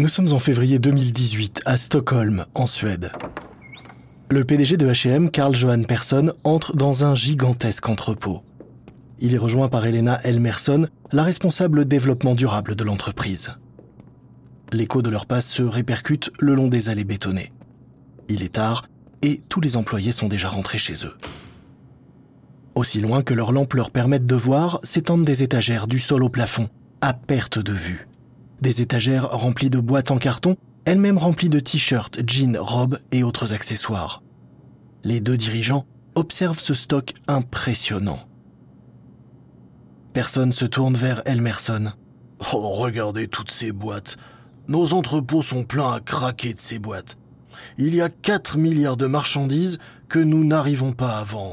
Nous sommes en février 2018 à Stockholm, en Suède. Le PDG de H&M, Carl Johan Persson, entre dans un gigantesque entrepôt. Il est rejoint par Helena Helmersson, la responsable développement durable de l'entreprise. L'écho de leur passe se répercute le long des allées bétonnées. Il est tard et tous les employés sont déjà rentrés chez eux. Aussi loin que leurs lampes leur permettent de voir, s'étendent des étagères du sol au plafond, à perte de vue. Des étagères remplies de boîtes en carton, elles-mêmes remplies de t-shirts, jeans, robes et autres accessoires. Les deux dirigeants observent ce stock impressionnant. Personne se tourne vers Helmersson. « Oh, regardez toutes ces boîtes. Nos entrepôts sont pleins à craquer de ces boîtes. Il y a 4 milliards de marchandises que nous n'arrivons pas à vendre. »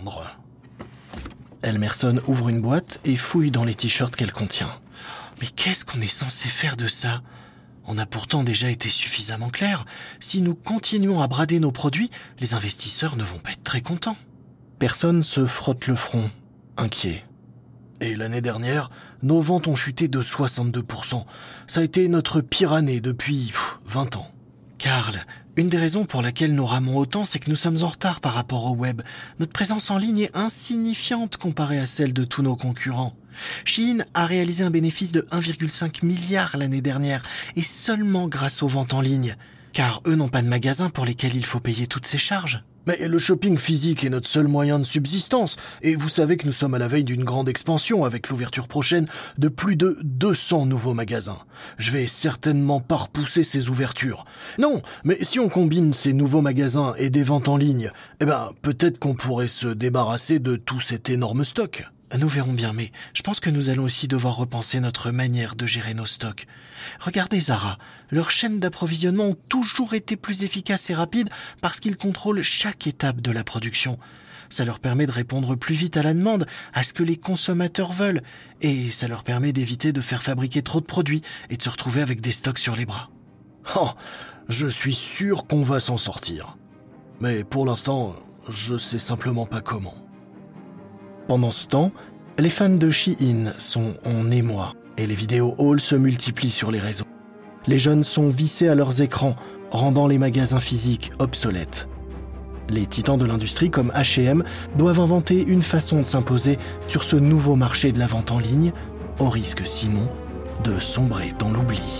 Helmersson ouvre une boîte et fouille dans les t-shirts qu'elle contient. « Mais qu'est-ce qu'on est censé faire de ça ? On a pourtant déjà été suffisamment clair. Si nous continuons à brader nos produits, les investisseurs ne vont pas être très contents. » Personne se frotte le front, inquiet. Et l'année dernière, nos ventes ont chuté de 62%. Ça a été notre pire année depuis 20 ans. Carl, une des raisons pour laquelle nous ramons autant, c'est que nous sommes en retard par rapport au web. Notre présence en ligne est insignifiante comparée à celle de tous nos concurrents. Shein a réalisé un bénéfice de 1,5 milliard l'année dernière, et seulement grâce aux ventes en ligne. Car eux n'ont pas de magasin pour lesquels il faut payer toutes ces charges. Mais le shopping physique est notre seul moyen de subsistance. Et vous savez que nous sommes à la veille d'une grande expansion avec l'ouverture prochaine de plus de 200 nouveaux magasins. Je vais certainement pas repousser ces ouvertures. Non, mais si on combine ces nouveaux magasins et des ventes en ligne, peut-être qu'on pourrait se débarrasser de tout cet énorme stock. Nous verrons bien, mais je pense que nous allons aussi devoir repenser notre manière de gérer nos stocks. Regardez Zara, leurs chaînes d'approvisionnement ont toujours été plus efficaces et rapides parce qu'ils contrôlent chaque étape de la production. Ça leur permet de répondre plus vite à la demande, à ce que les consommateurs veulent, et ça leur permet d'éviter de faire fabriquer trop de produits et de se retrouver avec des stocks sur les bras. Oh, je suis sûr qu'on va s'en sortir. Mais pour l'instant, je sais simplement pas comment. Pendant ce temps, les fans de Shein sont en émoi et les vidéos hauls se multiplient sur les réseaux. Les jeunes sont vissés à leurs écrans, rendant les magasins physiques obsolètes. Les titans de l'industrie comme H&M doivent inventer une façon de s'imposer sur ce nouveau marché de la vente en ligne, au risque sinon de sombrer dans l'oubli.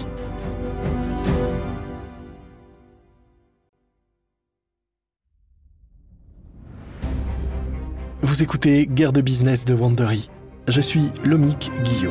Vous écoutez Guerre de business de Wandery. Je suis Lomik Guillot.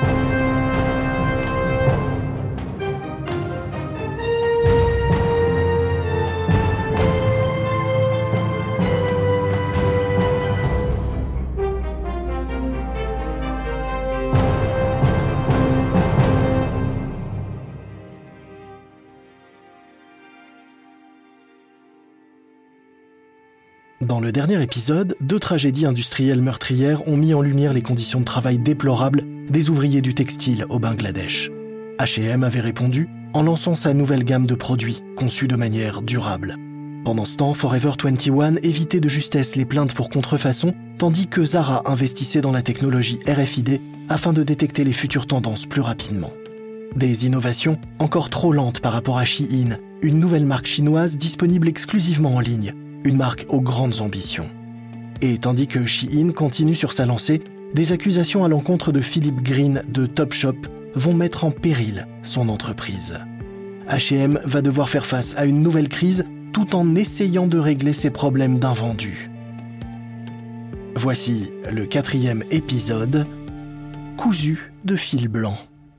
Dans le dernier épisode, 2 tragédies industrielles meurtrières ont mis en lumière les conditions de travail déplorables des ouvriers du textile au Bangladesh. H&M avait répondu en lançant sa nouvelle gamme de produits, conçus de manière durable. Pendant ce temps, Forever 21 évitait de justesse les plaintes pour contrefaçon, tandis que Zara investissait dans la technologie RFID afin de détecter les futures tendances plus rapidement. Des innovations encore trop lentes par rapport à Shein, une nouvelle marque chinoise disponible exclusivement en ligne, une marque aux grandes ambitions. Et tandis que Shein continue sur sa lancée, des accusations à l'encontre de Philip Green de Topshop vont mettre en péril son entreprise. H&M va devoir faire face à une nouvelle crise tout en essayant de régler ses problèmes d'invendus. Voici le 4e épisode, cousu de fil blanc.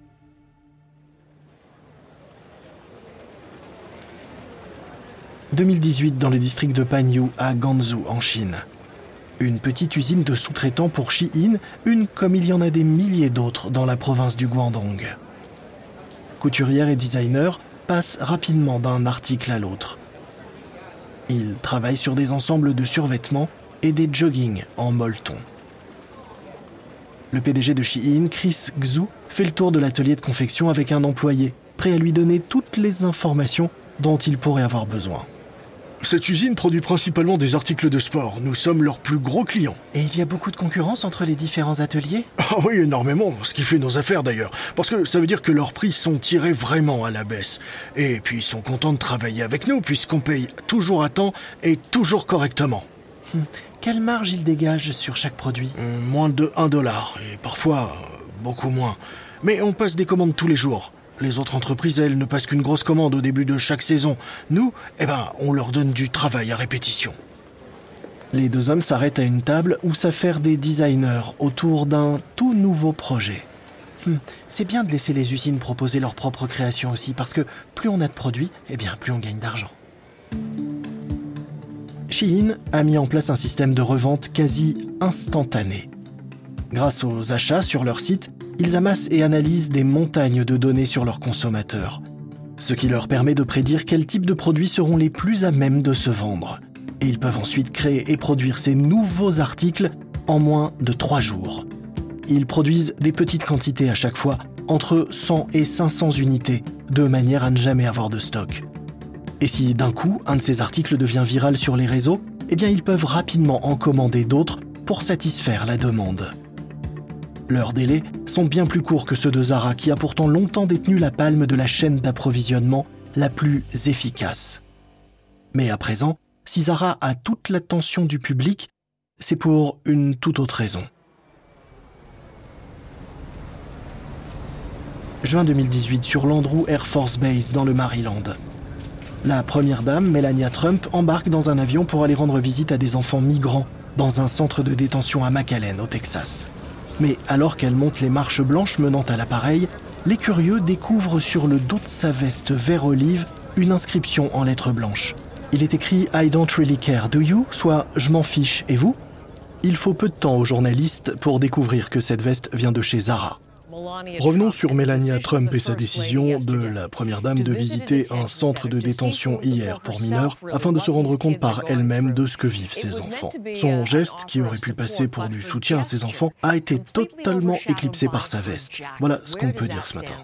« 2018 dans le district de Panyu à Ganzhou en Chine. Une petite usine de sous-traitants pour Shein, une comme il y en a des milliers d'autres dans la province du Guangdong. Couturières et designers passent rapidement d'un article à l'autre. Ils travaillent sur des ensembles de survêtements et des joggings en molleton. Le PDG de Shein, Chris Xu, fait le tour de l'atelier de confection avec un employé, prêt à lui donner toutes les informations dont il pourrait avoir besoin. Cette usine produit principalement des articles de sport. Nous sommes leurs plus gros clients. Et il y a beaucoup de concurrence entre les différents ateliers ? Ah oui, énormément, ce qui fait nos affaires d'ailleurs. Parce que ça veut dire que leurs prix sont tirés vraiment à la baisse. Et puis ils sont contents de travailler avec nous puisqu'on paye toujours à temps et toujours correctement. Quelle marge ils dégagent sur chaque produit ? Moins de $1, et parfois beaucoup moins. Mais on passe des commandes tous les jours. Les autres entreprises, elles, ne passent qu'une grosse commande au début de chaque saison. Nous, on leur donne du travail à répétition. Les deux hommes s'arrêtent à une table où s'affairent des designers autour d'un tout nouveau projet. C'est bien de laisser les usines proposer leurs propres créations aussi, parce que plus on a de produits, plus on gagne d'argent. Shein a mis en place un système de revente quasi instantané. Grâce aux achats sur leur site, ils amassent et analysent des montagnes de données sur leurs consommateurs, ce qui leur permet de prédire quels types de produits seront les plus à même de se vendre. Et ils peuvent ensuite créer et produire ces nouveaux articles en moins de 3 jours. Ils produisent des petites quantités à chaque fois, entre 100 et 500 unités, de manière à ne jamais avoir de stock. Et si d'un coup, un de ces articles devient viral sur les réseaux, ils peuvent rapidement en commander d'autres pour satisfaire la demande. Leurs délais sont bien plus courts que ceux de Zara, qui a pourtant longtemps détenu la palme de la chaîne d'approvisionnement la plus efficace. Mais à présent, si Zara a toute l'attention du public, c'est pour une toute autre raison. Juin 2018, sur l'Andrew Air Force Base, dans le Maryland. La première dame, Melania Trump, embarque dans un avion pour aller rendre visite à des enfants migrants dans un centre de détention à McAllen, au Texas. Mais alors qu'elle monte les marches blanches menant à l'appareil, les curieux découvrent sur le dos de sa veste vert olive une inscription en lettres blanches. Il est écrit « I don't really care, do you ?», soit « Je m'en fiche, et vous ?» Il faut peu de temps aux journalistes pour découvrir que cette veste vient de chez Zara. Revenons sur Melania Trump et sa décision de la première dame de visiter un centre de détention hier pour mineurs afin de se rendre compte par elle-même de ce que vivent ses enfants. Son geste, qui aurait pu passer pour du soutien à ses enfants, a été totalement éclipsé par sa veste. Voilà ce qu'on peut dire ce matin.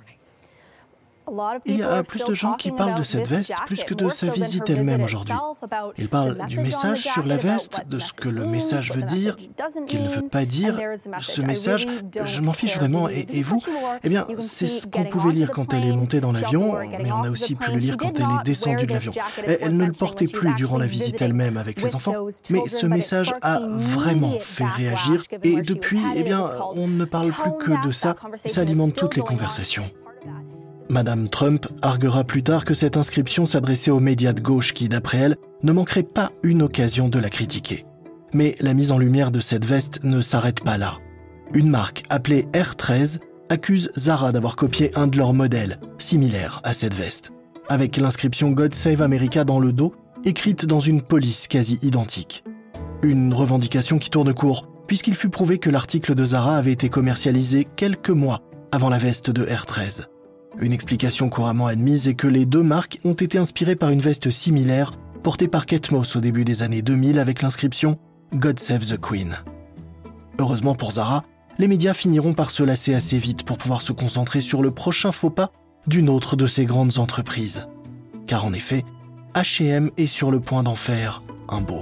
Il y a plus de gens qui parlent de cette veste plus que de sa visite elle-même aujourd'hui. Ils parlent du message sur la veste, de ce que le message veut dire, qu'il ne veut pas dire. Ce message, je m'en fiche vraiment. Et vous ? C'est ce qu'on pouvait lire quand elle est montée dans l'avion, mais on a aussi pu le lire quand elle est descendue de l'avion. Elle ne le portait plus durant la visite elle-même avec les enfants, mais ce message a vraiment fait réagir. Et depuis, on ne parle plus que de ça. Ça alimente toutes les conversations. Madame Trump arguera plus tard que cette inscription s'adressait aux médias de gauche qui, d'après elle, ne manqueraient pas une occasion de la critiquer. Mais la mise en lumière de cette veste ne s'arrête pas là. Une marque appelée R13 accuse Zara d'avoir copié un de leurs modèles, similaire à cette veste, avec l'inscription « God Save America » dans le dos, écrite dans une police quasi identique. Une revendication qui tourne court, puisqu'il fut prouvé que l'article de Zara avait été commercialisé quelques mois avant la veste de R13. Une explication couramment admise est que les deux marques ont été inspirées par une veste similaire portée par Kate Moss au début des années 2000 avec l'inscription « God Save the Queen ». Heureusement pour Zara, les médias finiront par se lasser assez vite pour pouvoir se concentrer sur le prochain faux pas d'une autre de ces grandes entreprises. Car en effet, H&M est sur le point d'en faire un beau.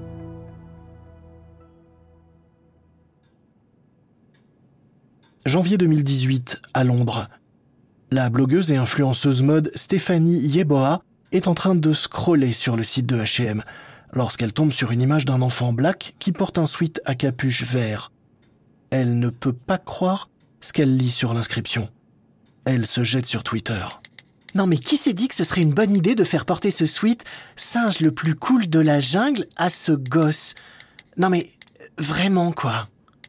Janvier 2018, à Londres. La blogueuse et influenceuse mode Stephanie Yeboah est en train de scroller sur le site de H&M lorsqu'elle tombe sur une image d'un enfant black qui porte un sweat à capuche vert. Elle ne peut pas croire ce qu'elle lit sur l'inscription. Elle se jette sur Twitter. « Non mais qui s'est dit que ce serait une bonne idée de faire porter ce sweat, singe le plus cool de la jungle, à ce gosse ? Non mais, vraiment quoi ?»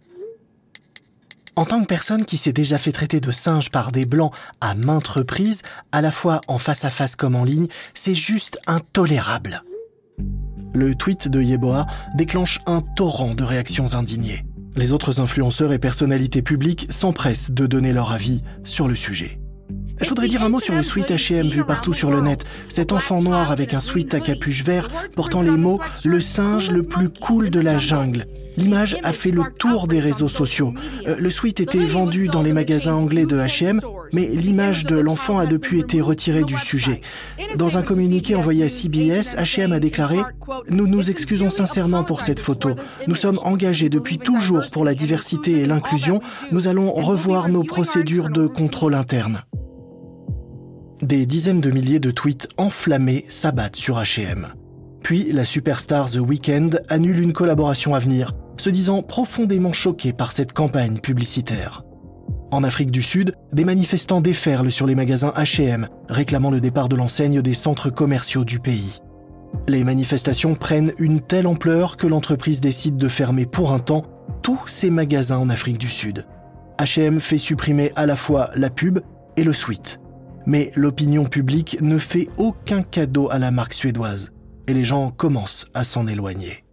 En tant que personne qui s'est déjà fait traiter de singe par des blancs à maintes reprises, à la fois en face à face comme en ligne, c'est juste intolérable. Le tweet de Yeboah déclenche un torrent de réactions indignées. Les autres influenceurs et personnalités publiques s'empressent de donner leur avis sur le sujet. Je voudrais dire un mot sur le sweat H&M vu partout sur le net. Cet enfant noir avec un sweat à capuche vert portant les mots « Le singe le plus cool de la jungle ». L'image a fait le tour des réseaux sociaux. Le sweat était vendu dans les magasins anglais de H&M, mais l'image de l'enfant a depuis été retirée du sujet. Dans un communiqué envoyé à CBS, H&M a déclaré « Nous nous excusons sincèrement pour cette photo. Nous sommes engagés depuis toujours pour la diversité et l'inclusion. Nous allons revoir nos procédures de contrôle interne. » Des dizaines de milliers de tweets enflammés s'abattent sur H&M. Puis, la superstar The Weeknd annule une collaboration à venir, se disant profondément choqué par cette campagne publicitaire. En Afrique du Sud, des manifestants déferlent sur les magasins H&M, réclamant le départ de l'enseigne des centres commerciaux du pays. Les manifestations prennent une telle ampleur que l'entreprise décide de fermer pour un temps tous ses magasins en Afrique du Sud. H&M fait supprimer à la fois la pub et le sweat. Mais l'opinion publique ne fait aucun cadeau à la marque suédoise et les gens commencent à s'en éloigner.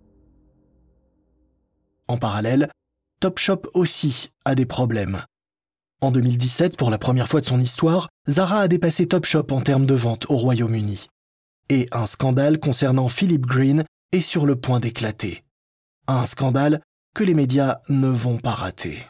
En parallèle, Topshop aussi a des problèmes. En 2017, pour la première fois de son histoire, Zara a dépassé Topshop en termes de vente au Royaume-Uni. Et un scandale concernant Philip Green est sur le point d'éclater. Un scandale que les médias ne vont pas rater.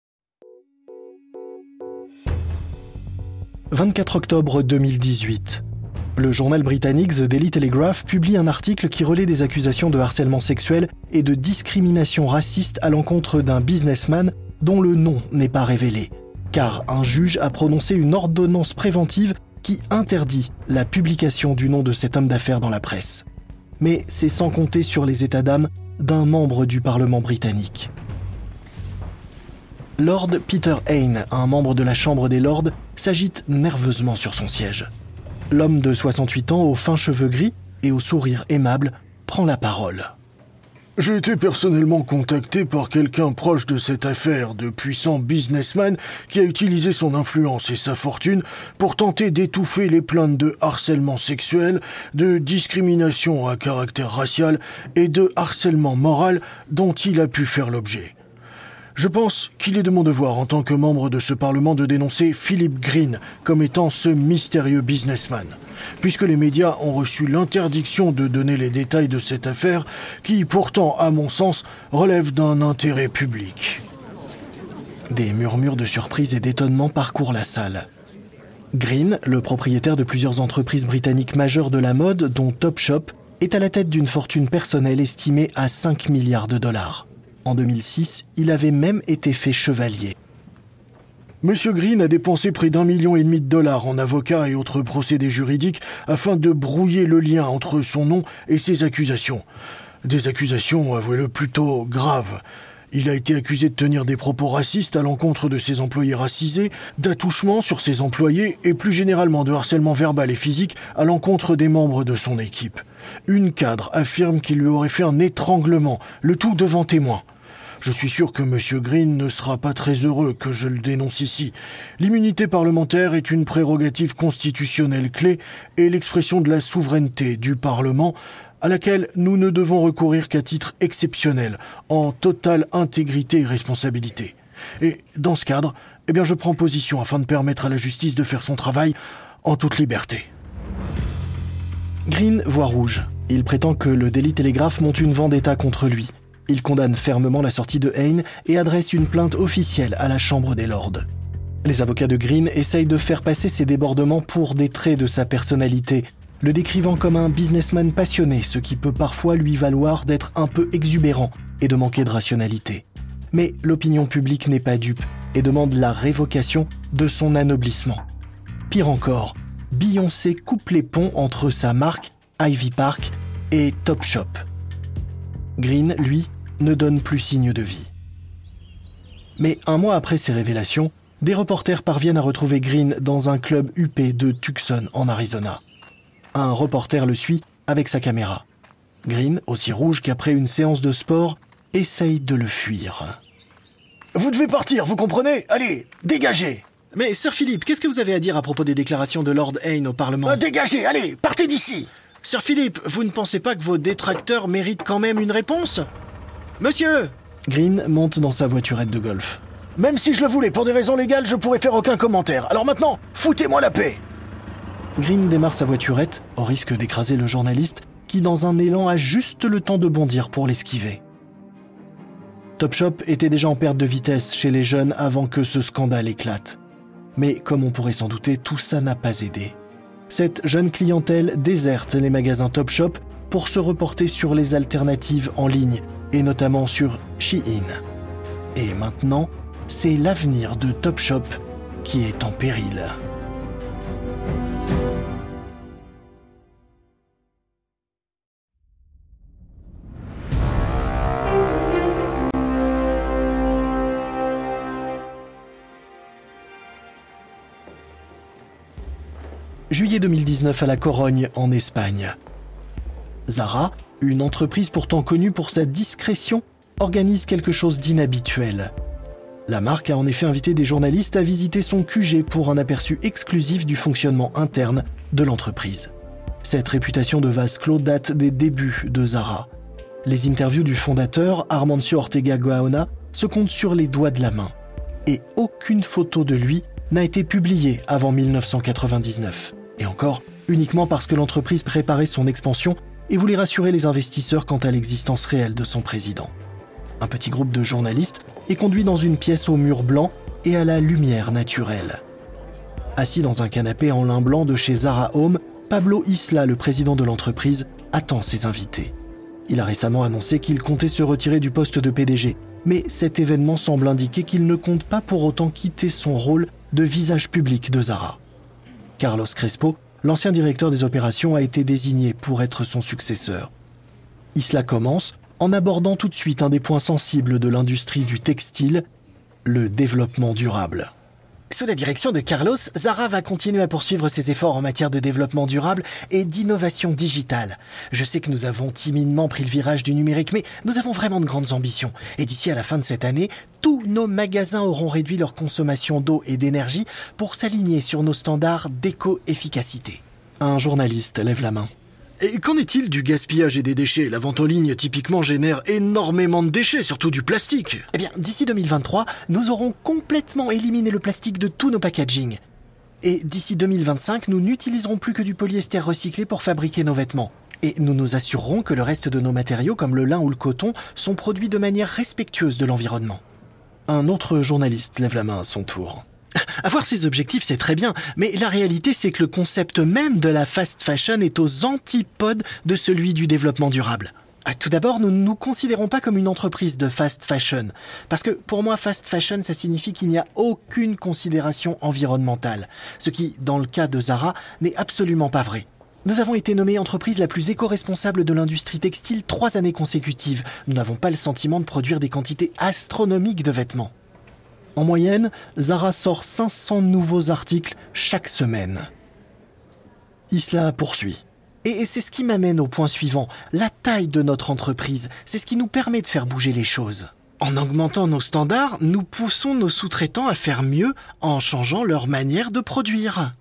24 octobre 2018. Le journal britannique The Daily Telegraph publie un article qui relaie des accusations de harcèlement sexuel et de discrimination raciste à l'encontre d'un businessman dont le nom n'est pas révélé, car un juge a prononcé une ordonnance préventive qui interdit la publication du nom de cet homme d'affaires dans la presse. Mais c'est sans compter sur les états d'âme d'un membre du Parlement britannique. Lord Peter Hain, un membre de la Chambre des Lords, s'agite nerveusement sur son siège. L'homme de 68 ans, aux fins cheveux gris et au sourire aimable, prend la parole. J'ai été personnellement contacté par quelqu'un proche de cette affaire, de puissant businessman qui a utilisé son influence et sa fortune pour tenter d'étouffer les plaintes de harcèlement sexuel, de discrimination à caractère racial et de harcèlement moral dont il a pu faire l'objet. Je pense qu'il est de mon devoir en tant que membre de ce Parlement de dénoncer Philip Green comme étant ce mystérieux businessman, puisque les médias ont reçu l'interdiction de donner les détails de cette affaire qui, pourtant, à mon sens, relève d'un intérêt public. Des murmures de surprise et d'étonnement parcourent la salle. Green, le propriétaire de plusieurs entreprises britanniques majeures de la mode, dont Topshop, est à la tête d'une fortune personnelle estimée à 5 milliards de dollars. En 2006, il avait même été fait chevalier. Monsieur Green a dépensé près d'1,5 million de dollars en avocats et autres procédés juridiques afin de brouiller le lien entre son nom et ses accusations. Des accusations, avouez-le, plutôt graves. Il a été accusé de tenir des propos racistes à l'encontre de ses employés racisés, d'attouchement sur ses employés et plus généralement de harcèlement verbal et physique à l'encontre des membres de son équipe. Une cadre affirme qu'il lui aurait fait un étranglement, le tout devant témoins. Je suis sûr que M. Green ne sera pas très heureux que je le dénonce ici. L'immunité parlementaire est une prérogative constitutionnelle clé et l'expression de la souveraineté du Parlement, à laquelle nous ne devons recourir qu'à titre exceptionnel, en totale intégrité et responsabilité. Et dans ce cadre, je prends position afin de permettre à la justice de faire son travail en toute liberté. Green voit rouge. Il prétend que le Daily Telegraph monte une vendetta contre lui. Il condamne fermement la sortie de Hain et adresse une plainte officielle à la Chambre des Lords. Les avocats de Green essayent de faire passer ces débordements pour des traits de sa personnalité, le décrivant comme un businessman passionné, ce qui peut parfois lui valoir d'être un peu exubérant et de manquer de rationalité. Mais l'opinion publique n'est pas dupe et demande la révocation de son anoblissement. Pire encore, Beyoncé coupe les ponts entre sa marque, Ivy Park, et Topshop. Green, lui, ne donne plus signe de vie. Mais un mois après ces révélations, des reporters parviennent à retrouver Green dans un club huppé de Tucson, en Arizona. Un reporter le suit avec sa caméra. Green, aussi rouge qu'après une séance de sport, essaye de le fuir. « Vous devez partir, vous comprenez ? Allez, dégagez !» « Mais, Sir Philip, qu'est-ce que vous avez à dire à propos des déclarations de Lord Hain au Parlement ? Dégagez, allez, partez d'ici !»« Sir Philip, vous ne pensez pas que vos détracteurs méritent quand même une réponse ? Monsieur !» Green monte dans sa voiturette de golf. Même si je le voulais pour des raisons légales, je pourrais faire aucun commentaire. Alors maintenant, foutez-moi la paix !» Green démarre sa voiturette, au risque d'écraser le journaliste, qui dans un élan a juste le temps de bondir pour l'esquiver. Topshop était déjà en perte de vitesse chez les jeunes avant que ce scandale éclate. Mais comme on pourrait s'en douter, tout ça n'a pas aidé. Cette jeune clientèle déserte les magasins Topshop pour se reporter sur les alternatives en ligne, et notamment sur Shein. Et maintenant, c'est l'avenir de Topshop qui est en péril. Juillet 2019 à La Corogne, en Espagne. Zara, une entreprise pourtant connue pour sa discrétion, organise quelque chose d'inhabituel. La marque a en effet invité des journalistes à visiter son QG pour un aperçu exclusif du fonctionnement interne de l'entreprise. Cette réputation de vase clos date des débuts de Zara. Les interviews du fondateur, Armancio Ortega Gaona, se comptent sur les doigts de la main. Et aucune photo de lui n'a été publiée avant 1999. Et encore, uniquement parce que l'entreprise préparait son expansion et voulait rassurer les investisseurs quant à l'existence réelle de son président. Un petit groupe de journalistes est conduit dans une pièce au mur blanc et à la lumière naturelle. Assis dans un canapé en lin blanc de chez Zara Home, Pablo Isla, le président de l'entreprise, attend ses invités. Il a récemment annoncé qu'il comptait se retirer du poste de PDG, mais cet événement semble indiquer qu'il ne compte pas pour autant quitter son rôle de visage public de Zara. Carlos Crespo, l'ancien directeur des opérations, a été désigné pour être son successeur. Isla commence en abordant tout de suite un des points sensibles de l'industrie du textile, le développement durable. Sous la direction de Carlos, Zara va continuer à poursuivre ses efforts en matière de développement durable et d'innovation digitale. Je sais que nous avons timidement pris le virage du numérique, mais nous avons vraiment de grandes ambitions. Et d'ici à la fin de cette année, tous nos magasins auront réduit leur consommation d'eau et d'énergie pour s'aligner sur nos standards d'éco-efficacité. Un journaliste lève la main. Et qu'en est-il du gaspillage et des déchets ? La vente en ligne, typiquement, génère énormément de déchets, surtout du plastique. Eh bien, d'ici 2023, nous aurons complètement éliminé le plastique de tous nos packagings. Et d'ici 2025, nous n'utiliserons plus que du polyester recyclé pour fabriquer nos vêtements. Et nous nous assurerons que le reste de nos matériaux, comme le lin ou le coton, sont produits de manière respectueuse de l'environnement. Un autre journaliste lève la main à son tour. Avoir ces objectifs, c'est très bien, mais la réalité, c'est que le concept même de la fast fashion est aux antipodes de celui du développement durable. Tout d'abord, nous ne nous considérons pas comme une entreprise de fast fashion. Parce que pour moi, fast fashion, ça signifie qu'il n'y a aucune considération environnementale. Ce qui, dans le cas de Zara, n'est absolument pas vrai. Nous avons été nommés entreprise la plus éco-responsable de l'industrie textile 3 années consécutives. Nous n'avons pas le sentiment de produire des quantités astronomiques de vêtements. En moyenne, Zara sort 500 nouveaux articles chaque semaine. Isla poursuit. Et c'est ce qui m'amène au point suivant. La taille de notre entreprise, c'est ce qui nous permet de faire bouger les choses. En augmentant nos standards, nous poussons nos sous-traitants à faire mieux en changeant leur manière de produire.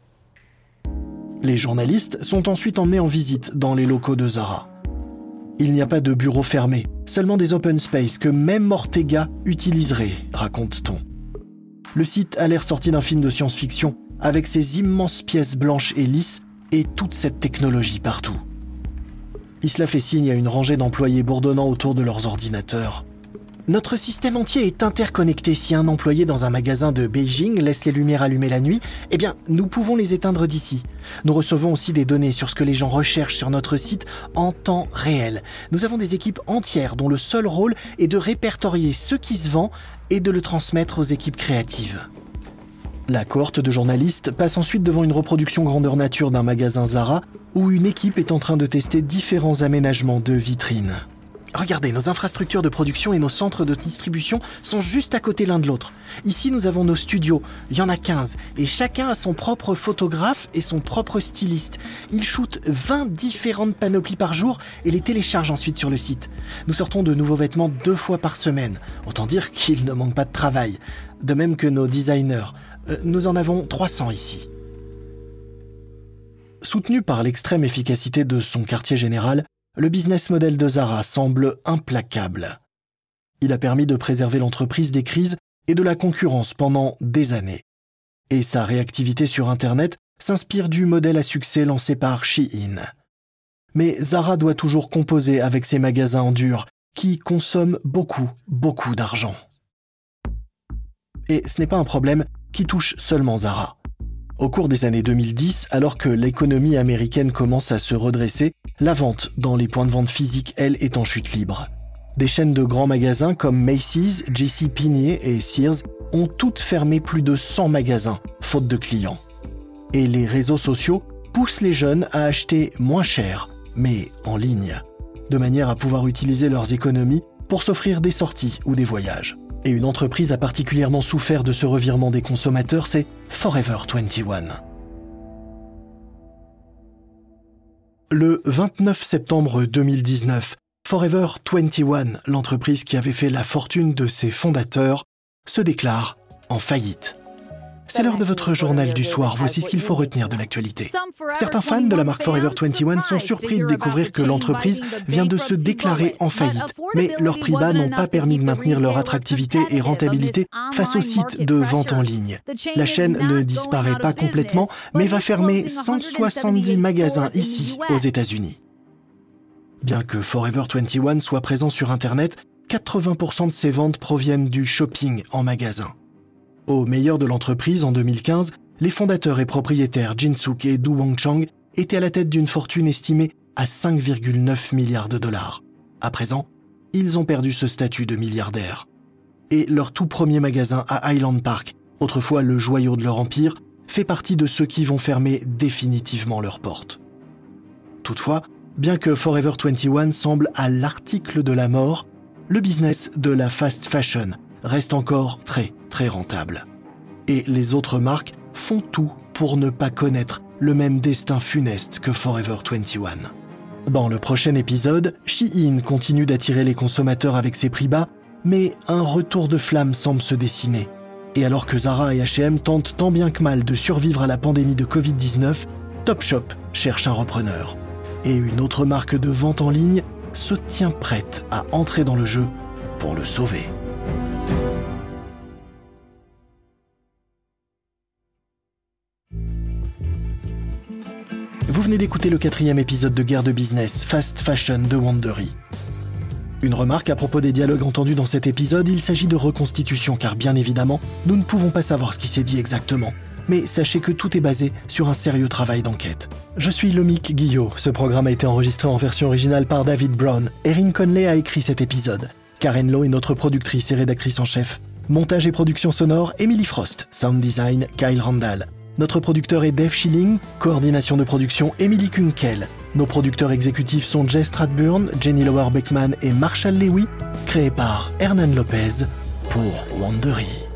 Les journalistes sont ensuite emmenés en visite dans les locaux de Zara. Il n'y a pas de bureau fermé, seulement des open space que même Ortega utiliserait, raconte-t-on. Le site a l'air sorti d'un film de science-fiction, avec ses immenses pièces blanches et lisses et toute cette technologie partout. Isla fait signe à une rangée d'employés bourdonnant autour de leurs ordinateurs. Notre système entier est interconnecté. Si un employé dans un magasin de Beijing laisse les lumières allumées la nuit, eh bien, nous pouvons les éteindre d'ici. Nous recevons aussi des données sur ce que les gens recherchent sur notre site en temps réel. Nous avons des équipes entières dont le seul rôle est de répertorier ce qui se vend et de le transmettre aux équipes créatives. La cohorte de journalistes passe ensuite devant une reproduction grandeur nature d'un magasin Zara où une équipe est en train de tester différents aménagements de vitrines. Regardez, nos infrastructures de production et nos centres de distribution sont juste à côté l'un de l'autre. Ici, nous avons nos studios. Il y en a 15. Et chacun a son propre photographe et son propre styliste. Ils shootent 20 différentes panoplies par jour et les téléchargent ensuite sur le site. Nous sortons de nouveaux vêtements 2 fois par semaine. Autant dire qu'il ne manque pas de travail. De même que nos designers. Nous en avons 300 ici. Soutenu par l'extrême efficacité de son quartier général, le business model de Zara semble implacable. Il a permis de préserver l'entreprise des crises et de la concurrence pendant des années. Et sa réactivité sur Internet s'inspire du modèle à succès lancé par Shein. Mais Zara doit toujours composer avec ses magasins en dur, qui consomment beaucoup d'argent. Et ce n'est pas un problème qui touche seulement Zara. Au cours des années 2010, alors que l'économie américaine commence à se redresser, la vente dans les points de vente physiques, elle, est en chute libre. Des chaînes de grands magasins comme Macy's, JCPenney et Sears ont toutes fermé plus de 100 magasins, faute de clients. Et les réseaux sociaux poussent les jeunes à acheter moins cher, mais en ligne, de manière à pouvoir utiliser leurs économies pour s'offrir des sorties ou des voyages. Et une entreprise a particulièrement souffert de ce revirement des consommateurs, c'est Forever 21. Le 29 septembre 2019, Forever 21, l'entreprise qui avait fait la fortune de ses fondateurs, se déclare en faillite. C'est l'heure de votre journal du soir, voici ce qu'il faut retenir de l'actualité. Certains fans de la marque Forever 21 sont surpris de découvrir que l'entreprise vient de se déclarer en faillite. Mais leurs prix bas n'ont pas permis de maintenir leur attractivité et rentabilité face aux sites de vente en ligne. La chaîne ne disparaît pas complètement, mais va fermer 170 magasins ici, aux États-Unis. Bien que Forever 21 soit présent sur Internet, 80% de ses ventes proviennent du shopping en magasin. Au meilleur de l'entreprise, en 2015, les fondateurs et propriétaires Jin-Suk et Du Wong-Chang étaient à la tête d'une fortune estimée à 5,9 milliards de dollars. À présent, ils ont perdu ce statut de milliardaires. Et leur tout premier magasin à Highland Park, autrefois le joyau de leur empire, fait partie de ceux qui vont fermer définitivement leurs portes. Toutefois, bien que Forever 21 semble à l'article de la mort, le business de la fast fashion reste encore très rentable. Et les autres marques font tout pour ne pas connaître le même destin funeste que Forever 21. Dans le prochain épisode, Shein continue d'attirer les consommateurs avec ses prix bas, mais un retour de flamme semble se dessiner. Et alors que Zara et H&M tentent tant bien que mal de survivre à la pandémie de Covid-19, Topshop cherche un repreneur. Et une autre marque de vente en ligne se tient prête à entrer dans le jeu pour le sauver. Vous venez d'écouter le 4e épisode de Guerre de Business, Fast Fashion de Wandery. Une remarque à propos des dialogues entendus dans cet épisode, il s'agit de reconstitution car bien évidemment, nous ne pouvons pas savoir ce qui s'est dit exactement. Mais sachez que tout est basé sur un sérieux travail d'enquête. Je suis Lomique Guillot, ce programme a été enregistré en version originale par David Brown. Erin Conley a écrit cet épisode. Karen Lowe est notre productrice et rédactrice en chef. Montage et production sonore, Emily Frost. Sound design, Kyle Randall. Notre producteur est Dave Schilling, coordination de production Emily Kunkel. Nos producteurs exécutifs sont Jay Stratburn, Jenny Lower Beckman et Marshall Lewy, créés par Hernan Lopez pour Wandery.